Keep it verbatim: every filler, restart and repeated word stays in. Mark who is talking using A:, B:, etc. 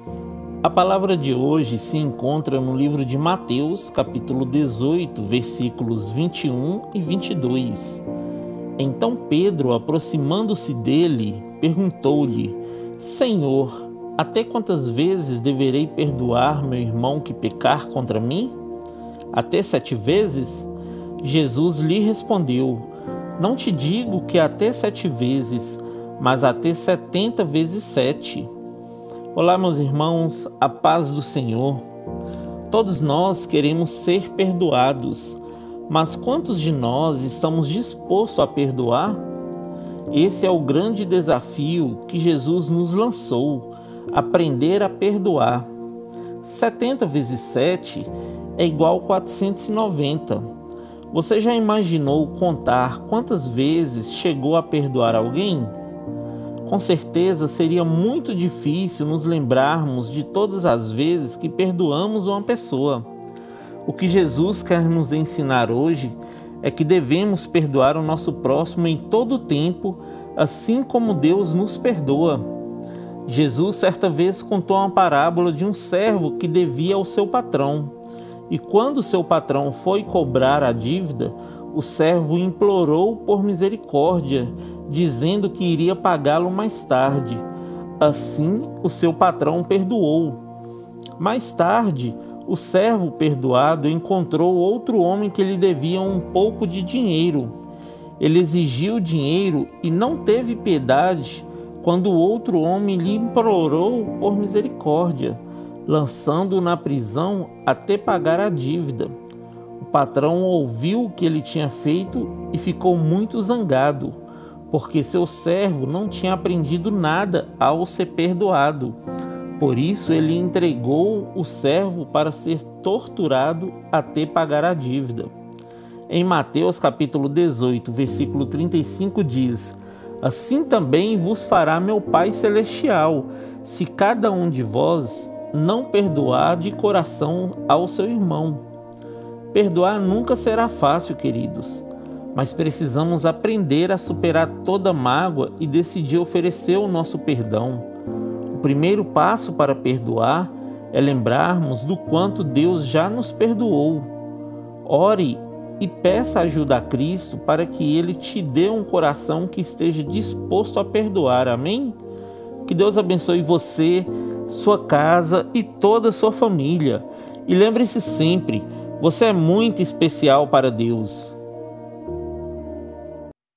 A: A palavra de hoje se encontra no livro de Mateus, capítulo dezoito, versículos vinte e um e vinte e dois. Então Pedro, aproximando-se dele, perguntou-lhe: Senhor, até quantas vezes deverei perdoar meu irmão que pecar contra mim? Até sete vezes? Jesus lhe respondeu: Não te digo que até sete vezes, mas até setenta vezes sete. Olá, meus irmãos, a paz do Senhor. Todos nós queremos ser perdoados, mas quantos de nós estamos dispostos a perdoar? Esse é o grande desafio que Jesus nos lançou, aprender a perdoar. setenta vezes sete é igual a quatrocentos e noventa. Você já imaginou contar quantas vezes chegou a perdoar alguém? Com certeza seria muito difícil nos lembrarmos de todas as vezes que perdoamos uma pessoa. O que Jesus quer nos ensinar hoje é que devemos perdoar o nosso próximo em todo o tempo, assim como Deus nos perdoa. Jesus certa vez contou uma parábola de um servo que devia ao seu patrão. E quando seu patrão foi cobrar a dívida, o servo implorou por misericórdia, dizendo que iria pagá-lo mais tarde. Assim, o seu patrão perdoou. Mais tarde, o servo perdoado encontrou outro homem que lhe devia um pouco de dinheiro. Ele exigiu o dinheiro e não teve piedade quando o outro homem lhe implorou por misericórdia, lançando-o na prisão até pagar a dívida. O patrão ouviu o que ele tinha feito e ficou muito zangado, porque seu servo não tinha aprendido nada ao ser perdoado. Por isso ele entregou o servo para ser torturado até pagar a dívida. Em Mateus capítulo dezoito, versículo trinta e cinco diz: Assim também vos fará meu Pai Celestial, se cada um de vós não perdoar de coração ao seu irmão. Perdoar nunca será fácil, queridos, mas precisamos aprender a superar toda mágoa e decidir oferecer o nosso perdão. O primeiro passo para perdoar é lembrarmos do quanto Deus já nos perdoou. Ore e peça ajuda a Cristo para que Ele te dê um coração que esteja disposto a perdoar. Amém? Que Deus abençoe você, sua casa e toda a sua família. E lembre-se sempre, você é muito especial para Deus.